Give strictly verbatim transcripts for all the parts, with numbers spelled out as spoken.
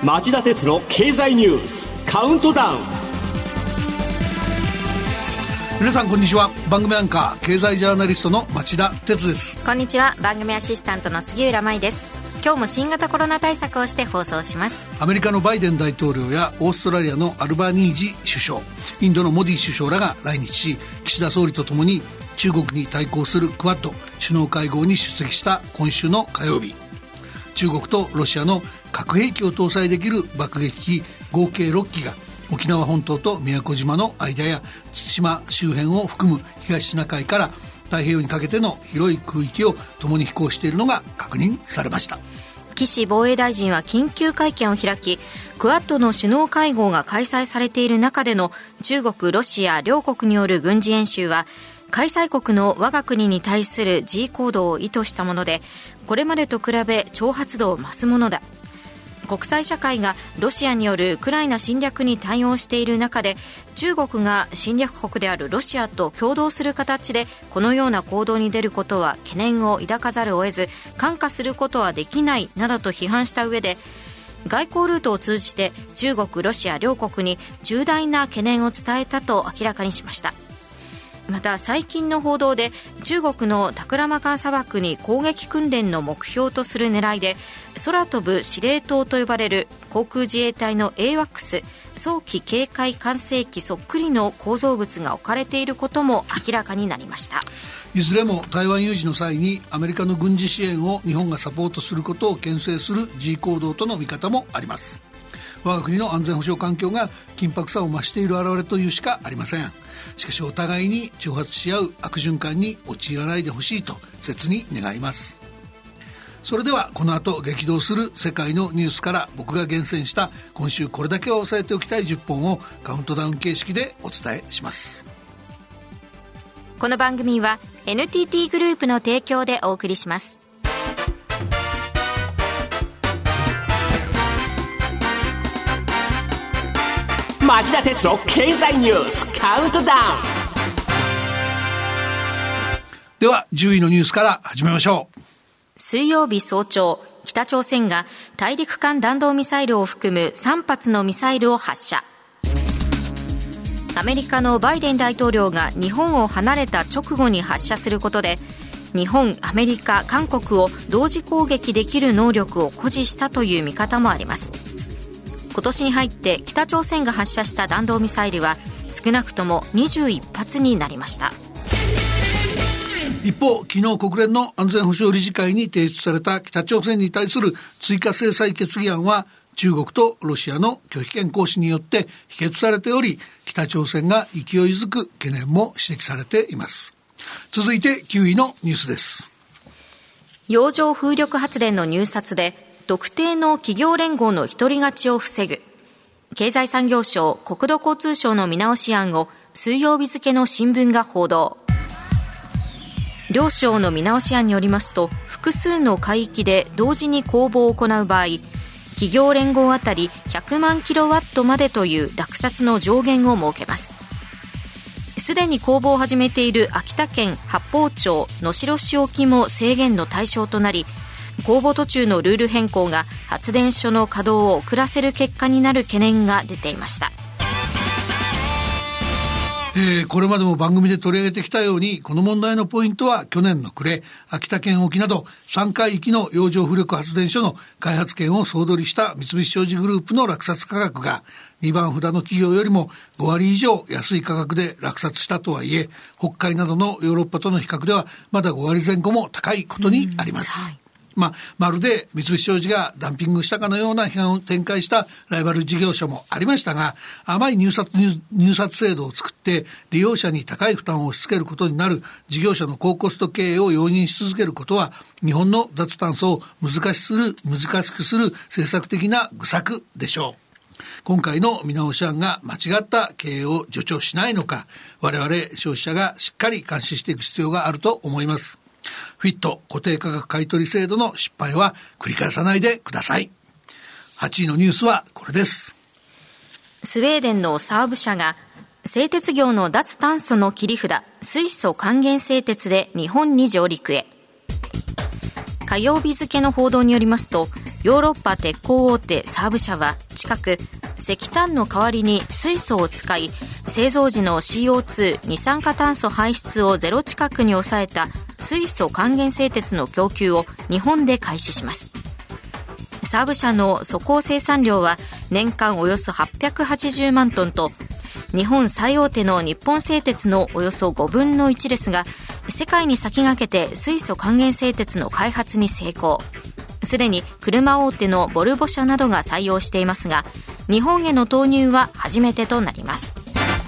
町田鉄の経済ニュースカウントダウン。 皆さんこんにちは。番組アンカー経済ジャーナリストの町田鉄です。 こんにちは。番組アシスタントの杉浦舞です。今日も新型コロナ対策をして放送します。 アメリカのバイデン大統領やオーストラリアのアルバニージ首相、インドのモディ首相らが来日し、岸田総理とともに中国に対抗するクアッド首脳会合に出席した今週の火曜日、中国とロシアの核兵器を搭載できる爆撃機合計ろっきが沖縄本島と宮古島の間や対馬周辺を含む東シナ海から太平洋にかけての広い空域を共に飛行しているのが確認されました。 岸防衛大臣は緊急会見を開き、クアッドの首脳会合が開催されている中での中国、ロシア両国による軍事演習は開催国の我が国に対する示威行動を意図したもので、これまでと比べ挑発度を増すものだ。国際社会がロシアによるウクライナ侵略に対応している中で、中国が侵略国であるロシアと共同する形でこのような行動に出ることは懸念を抱かざるを得ず、看過することはできないなどと批判した上で、外交ルートを通じて中国、ロシア両国に重大な懸念を伝えたと明らかにしました。また最近の報道で、中国のタクラマカン砂漠に攻撃訓練の目標とする狙いで空飛ぶ司令塔と呼ばれる航空自衛隊の エーワックス 早期警戒管制機そっくりの構造物が置かれていることも明らかになりました。 いずれも台湾有事の際にアメリカの軍事支援を日本がサポートすることを牽制する示威行動との見方もあります。我が国の安全保障環境が緊迫さを増している表れというしかありません。しかしお互いに挑発し合う悪循環に陥らないでほしいと切に願います。それではこの後激動する世界のニュースから僕が厳選した今週これだけは押さえておきたいじゅっぽんをカウントダウン形式でお伝えします。 この番組は エヌティーティー グループの提供でお送りします。 町田鉄の経済ニュースカウントダウン。 ではじゅういのニュースから始めましょう。 水曜日早朝、北朝鮮が大陸間弾道ミサイルを含むさんぱつのミサイルを発射。アメリカのバイデン大統領が日本を離れた直後に発射することで、日本、アメリカ、韓国を同時攻撃できる能力を誇示したという見方もあります。今年に入って北朝鮮が発射した弾道ミサイルは少なくともにじゅういっぱつになりました。 一方、昨日国連の安全保障理事会に提出された北朝鮮に対する追加制裁決議案は中国とロシアの拒否権行使によって否決されており、北朝鮮が勢いづく懸念も指摘されています。続いてきゅういのニュースです。 洋上風力発電の入札で特定の企業連合の独り勝ちを防ぐ。経済産業省、国土交通省の見直し案を水曜日付の新聞が報道。両省の見直し案によりますと、複数の海域で同時に公募を行う場合、企業連合あたりひゃくまんキロワットまでという落札の上限を設けます。すでに公募を始めている秋田県八峰町能代市沖も制限の対象となり、公募途中のルール変更が発電所の稼働を遅らせる結果になる懸念が出ていました。 えー、これまでも番組で取り上げてきたように、この問題のポイントは去年の暮れ、秋田県沖などさんかいいきの洋上風力発電所の開発権を総取りした三菱商事グループの落札価格がにばん札の企業よりもごわり以上安い価格で落札したとはいえ、北海などのヨーロッパとの比較ではまだごわりぜん後も高いことにあります。まあ、まるで三菱商事がダンピングしたかのような批判を展開したライバル事業者もありましたが、甘い入札、入、入札制度を作って利用者に高い負担を押し付けることになる事業者の高コスト経営を容認し続けることは、日本の脱炭素を難しする、難しくする政策的な愚策でしょう。今回の見直し案が間違った経営を助長しないのか、我々消費者がしっかり監視していく必要があると思います。フィット固定価格買取制度の失敗は繰り返さないでください。はちいのニュースはこれです。 スウェーデンのサーブ社が製鉄業の脱炭素の切り札、水素還元製鉄で日本に上陸へ。火曜日付の報道によりますと、 ヨーロッパ鉄鋼大手サーブ社は近く、石炭の代わりに水素を使い、製造時の シーオーツー 二酸化炭素排出をゼロ近くに抑えた水素還元製鉄の供給を日本で開始します。サーブ社の粗鋼生産量は年間およそはっぴゃくはちじゅうまんトンと、日本最大手の日本製鉄のおよそごぶんのいちですが、世界に先駆けて水素還元製鉄の開発に成功。すでに車大手のボルボ社などが採用していますが、日本への投入は初めてとなります。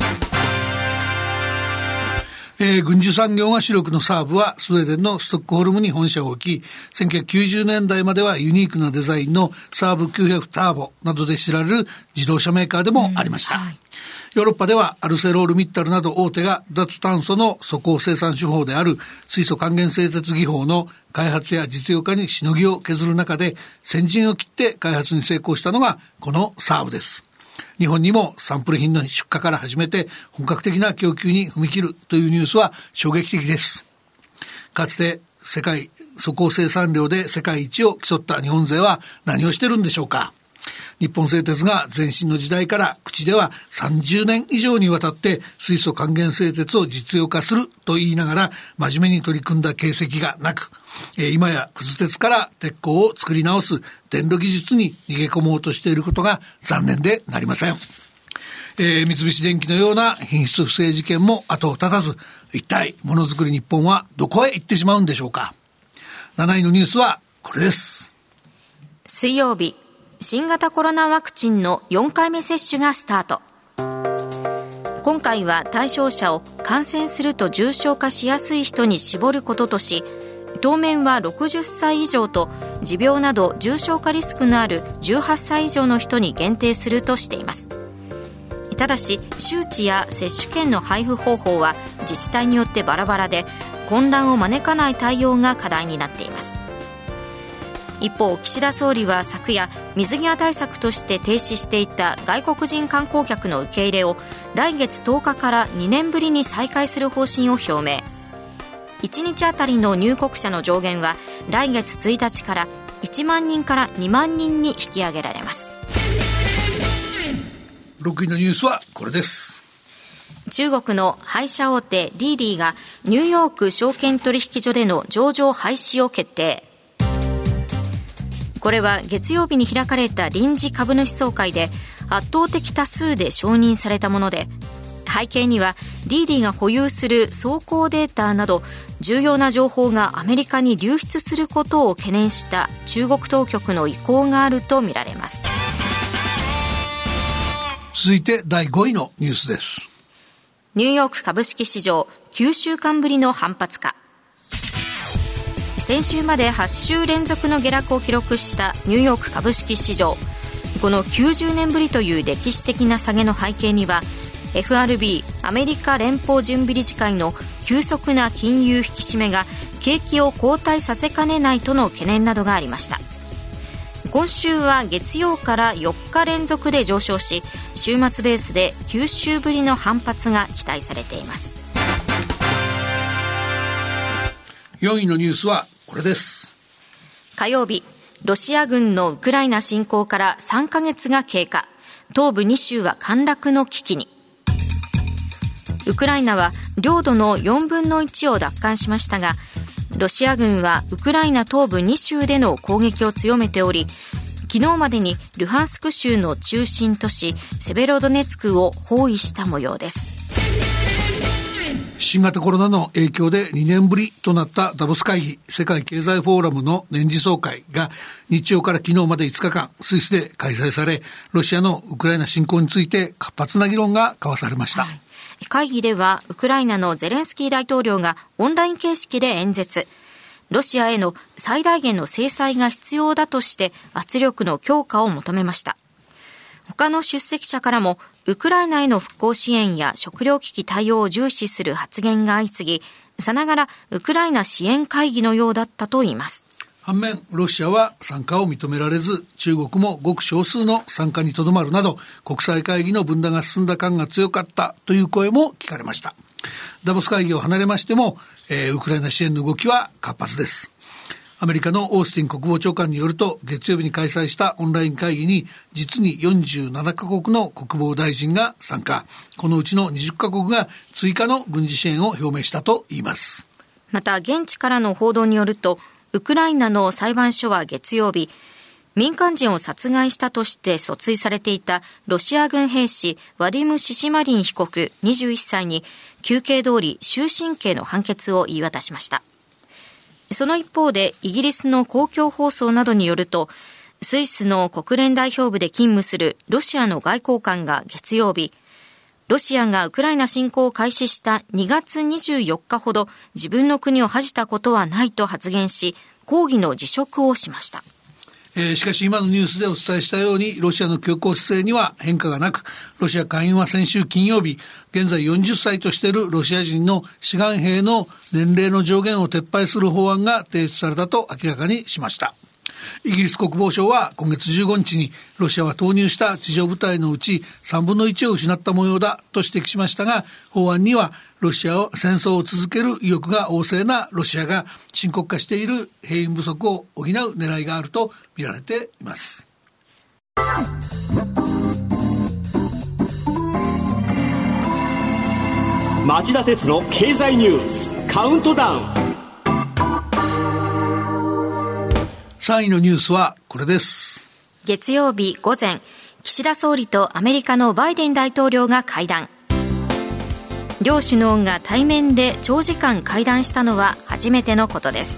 えー、軍需産業が主力のサーブはスウェーデンのストックホルムに本社を置き、せんきゅうひゃくきゅうじゅうねんだいまではユニークなデザインのサーブきゅうひゃくターボなどで知られる自動車メーカーでもありました、うんはい、ヨーロッパではアルセロールミッタルなど大手が脱炭素の粗鋼生産手法である水素還元製鉄技法の開発や実用化にしのぎを削る中で、先陣を切って開発に成功したのがこのサーブです。日本にもサンプル品の出荷から始めて本格的な供給に踏み切るというニュースは衝撃的です。かつて世界粗鋼生産量で世界一を競った日本勢は何をしてるんでしょうか。日本製鉄が前身の時代から口ではさんじゅうねん以上にわたって水素還元製鉄を実用化すると言いながら真面目に取り組んだ形跡がなく、えー、今やくず鉄から鉄鋼を作り直す電路技術に逃げ込もうとしていることが残念でなりません。えー、三菱電機のような品質不正事件も後を絶たず、一体ものづくり日本はどこへ行ってしまうんでしょうか。なないのニュースはこれです。 水曜日、新型コロナワクチンのよんかいめ接種がスタート。今回は対象者を感染すると重症化しやすい人に絞ることとし、当面はろくじゅっさい以上と持病など重症化リスクのあるじゅうはっさい以上の人に限定するとしています。ただし周知や接種券の配布方法は自治体によってバラバラで、混乱を招かない対応が課題になっています。一方、岸田総理は昨夜、水際対策として停止していた外国人観光客の受け入れを来月とおかからにねんぶりに再開する方針を表明。いちにちあたりの入国者の上限は来月ついたちからいちまんにんからにまんにんに引き上げられます。 ろくいのニュースはこれです。 中国の配車大手ディーディがニューヨーク証券取引所での上場廃止を決定。これは月曜日に開かれた臨時株主総会で圧倒的多数で承認されたもので、背景にはディーディが保有する走行データなど重要な情報がアメリカに流出することを懸念した中国当局の意向があるとみられます。 続いてだいごいのニュースです。 ニューヨーク株式市場きゅうしゅうかんぶりの反発か。先週まではちしゅう連続の下落を記録したニューヨーク株式市場。このきゅうじゅうねんぶりという歴史的な下げの背景には エフアールビー アメリカ連邦準備理事会の急速な金融引き締めが景気を後退させかねないとの懸念などがありました。今週は月曜からよっか連続で上昇し、週末ベースできゅう週ぶりの反発が期待されています。 よんいのニュースはこれです。 火曜日、ロシア軍のウクライナ侵攻からさんかげつが経過。東部に州は陥落の危機に。ウクライナは領土のよんぶんのいちを奪還しましたが、ロシア軍はウクライナ東部に州での攻撃を強めており、昨日までにルハンスク州の中心都市セベロドネツクを包囲した模様です。 新型コロナの影響でにねんぶりとなったダボス会議世界経済フォーラムの年次総会が日曜から昨日までいつかかんスイスで開催され、ロシアのウクライナ侵攻について活発な議論が交わされました、はい。 会議ではウクライナのゼレンスキー大統領がオンライン形式で演説。ロシアへの最大限の制裁が必要だとして圧力の強化を求めました。他の出席者からもウクライナへの復興支援や食糧危機対応を重視する発言が相次ぎ、さながらウクライナ支援会議のようだったといいます。 反面、ロシアは参加を認められず、中国もごく少数の参加にとどまるなど、国際会議の分断が進んだ感が強かったという声も聞かれました。ダボス会議を離れましても、えー、ウクライナ支援の動きは活発です。 アメリカのオースティン国防長官によると、月曜日に開催したオンライン会議に実によんじゅうななカ国の国防大臣が参加。このうちのにじゅっカ国が追加の軍事支援を表明したといいます。 また現地からの報道によると、ウクライナの裁判所は月曜日、民間人を殺害したとして訴追されていたロシア軍兵士ワディム・シシマリン被告にじゅういっさいに求刑通り終身刑の判決を言い渡しました。その一方でイギリスの公共放送などによると、スイスの国連代表部で勤務するロシアの外交官が月曜日、ロシアがウクライナ侵攻を開始したにがつにじゅうよっかほど自分の国を恥じたことはないと発言し、抗議の辞職をしました。 えー、しかし今のニュースでお伝えしたように、ロシアの強硬姿勢には変化がなく、ロシア下院は先週金曜日、現在よんじゅっさいとしているロシア人の志願兵の年齢の上限を撤廃する法案が提出されたと明らかにしました。イギリス国防省は今月じゅうごにちに、ロシアは投入した地上部隊のうちさんぶんのいちを失った模様だと指摘しましたが、法案にはロシアを戦争を続ける意欲が旺盛なロシアが深刻化している兵員不足を補う狙いがあると見られています。 町田鉄の経済ニュースカウントダウン。 さんいのニュースはこれです。 月曜日午前、岸田総理とアメリカのバイデン大統領が会談。両首脳が対面で長時間会談したのは初めてのことです。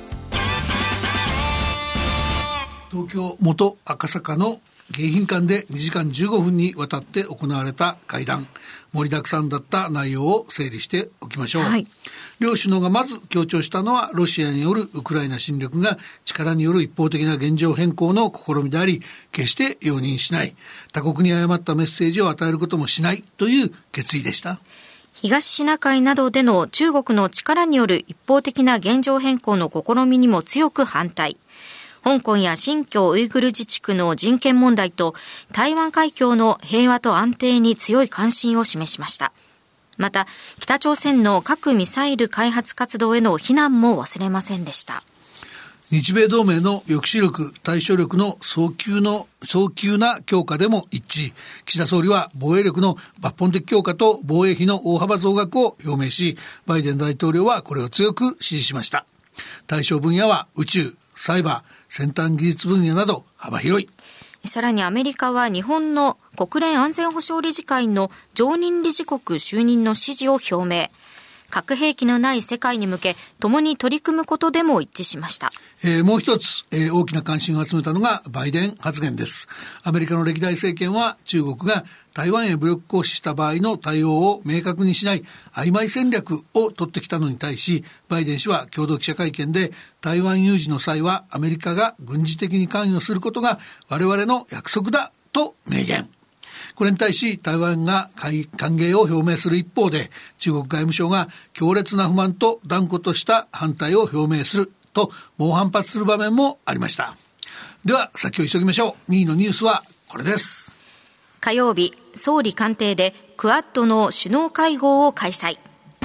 東京元赤坂の迎賓館でにじかんじゅうごふんにわたって行われた会談、盛りだくさんだった内容を整理しておきましょう。はい、両首脳がまず強調したのは、ロシアによるウクライナ侵略が力による一方的な現状変更の試みであり、決して容認しない、他国に誤ったメッセージを与えることもしないという決意でした。 東シナ海などでの中国の力による一方的な現状変更の試みにも強く反対。香港や新疆ウイグル自治区の人権問題と台湾海峡の平和と安定に強い関心を示しました。また、北朝鮮の核ミサイル開発活動への非難も忘れませんでした。 日米同盟の抑止力、対処力の早急の早急な強化でも一致。岸田総理は防衛力の抜本的強化と防衛費の大幅増額を表明し、バイデン大統領はこれを強く支持しました。対象分野は宇宙、サイバー、先端技術分野など幅広い。 さらにアメリカは日本の国連安全保障理事会の常任理事国就任の支持を表明。核兵器のない世界に向け共に取り組むことでも一致しました。 えー、もう一つ、えー、大きな関心を集めたのがバイデン発言です。アメリカの歴代政権は中国が台湾へ武力行使した場合の対応を明確にしない曖昧戦略を取ってきたのに対し、バイデン氏は共同記者会見で、台湾有事の際はアメリカが軍事的に関与することが我々の約束だと明言。これに対し台湾が歓迎を表明する一方で、中国外務省が強烈な不満と断固とした反対を表明すると猛反発する場面もありました。では先を急ぎましょう。にいのニュースはこれです。 火曜日、総理官邸でクアッドの首脳会合を開催。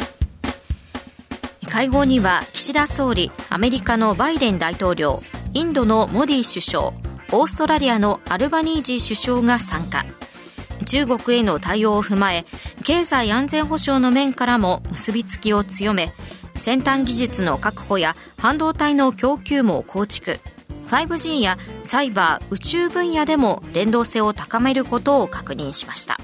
会合には岸田総理、アメリカのバイデン大統領、インドのモディ首相、オーストラリアのアルバニージー首相が参加。中国への対応を踏まえ、経済安全保障の面からも結びつきを強め、先端技術の確保や半導体の供給網構築、ファイブジー やサイバー、宇宙分野でも連動性を高めることを確認しました。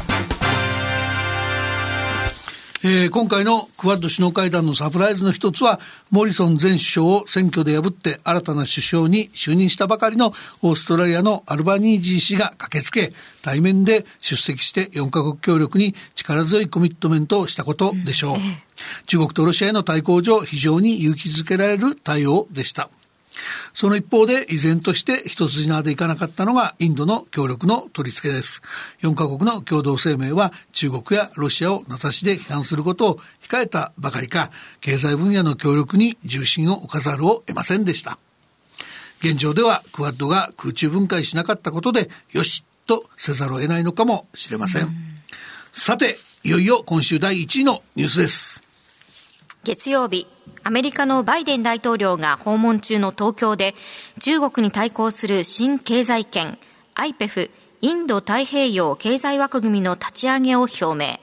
えー、今回のクアッド首脳会談のサプライズの一つは、モリソン前首相を選挙で破って新たな首相に就任したばかりのオーストラリアのアルバニージー氏が駆けつけ、対面で出席してよんカ国協力に力強いコミットメントをしたことでしょう。うん、中国とロシアへの対抗上、非常に勇気づけられる対応でした。その一方で依然として一筋縄でいかなかったのがインドの協力の取り付けです。よんカ国の共同声明は中国やロシアを名指しで批判することを控えたばかりか、経済分野の協力に重心を置かざるを得ませんでした。現状ではクアッドが空中分解しなかったことでよしとせざるを得ないのかもしれません。さて、いよいよ今週だいいちいのニュースです。 月曜日、アメリカのバイデン大統領が訪問中の東京で中国に対抗する新経済圏 アイペフ インド太平洋経済枠組みの立ち上げを表明。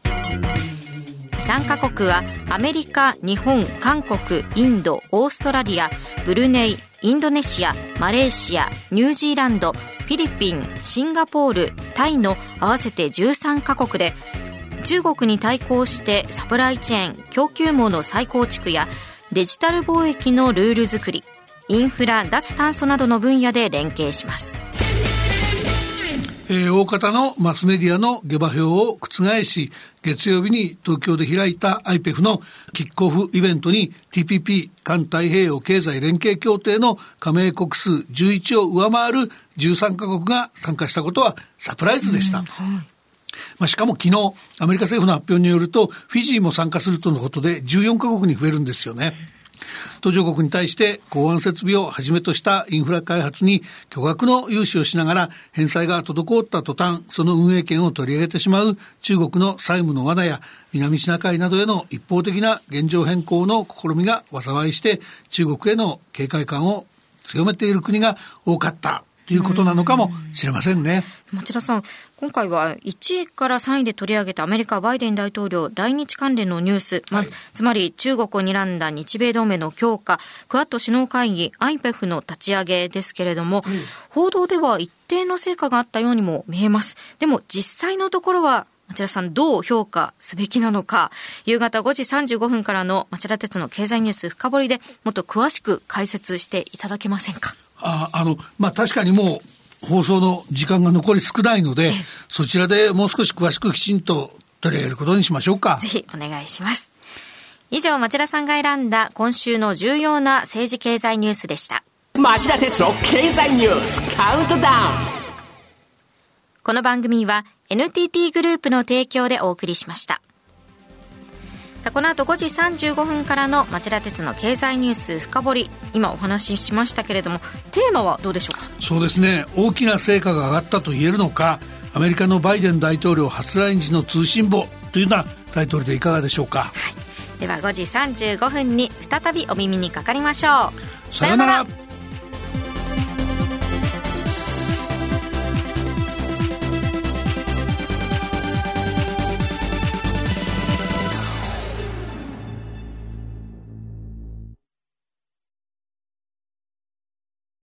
参加国はアメリカ、日本、韓国、インド、オーストラリア、ブルネイ、インドネシア、マレーシア、ニュージーランド、フィリピン、シンガポール、タイの合わせてじゅうさんカ国で、中国に対抗してサプライチェーン、供給網の再構築やデジタル貿易のルール作り、インフラ、脱炭素などの分野で連携します。 えー、大方のマスメディアの下馬評を覆し、月曜日に東京で開いた アイペフ のキックオフイベントに ティーピーピー 環太平洋経済連携協定の加盟国数じゅういちを上回るじゅうさんカ国が参加したことはサプライズでした。うん、はい。まあ、しかも昨日アメリカ政府の発表によるとフィジーも参加するとのことでじゅうよんカ国に増えるんですよね。途上国に対して港湾設備をはじめとしたインフラ開発に巨額の融資をしながら返済が滞った途端その運営権を取り上げてしまう中国の債務の罠や南シナ海などへの一方的な現状変更の試みが災いして中国への警戒感を強めている国が多かったということなのかもしれませんね。 町田さん、今回はいちいからさんいで取り上げたアメリカバイデン大統領来日関連のニュース、ま、はい、つまり中国を睨んだ日米同盟の強化、クアッド首脳会議 アイペフ の立ち上げですけれども、うん、報道では一定の成果があったようにも見えます。でも実際のところは町田さん、どう評価すべきなのか、夕方ごじさんじゅうごふんからの町田鉄の経済ニュース深掘りでもっと詳しく解説していただけませんか。 ああの、まあ、確かにもう放送の時間が残り少ないのでそちらでもう少し詳しくきちんと取り上げることにしましょうか。 ぜひお願いします。以上、町田さんが選んだ今週の重要な政治経済ニュースでした。 町田鉄の経済ニュースカウントダウン。 この番組は エヌティーティー グループの提供でお送りしました。さあ、この後ごじさんじゅうごふんからの町田鉄の経済ニュース深掘り、今お話ししましたけれどもテーマはどうでしょうか。 そうですね、大きな成果が上がったと言えるのか、アメリカのバイデン大統領初来日の通信簿というようなタイトルでいかがでしょうか。 はい、ではごじさんじゅうごふんに再びお耳にかかりましょう。 さよなら。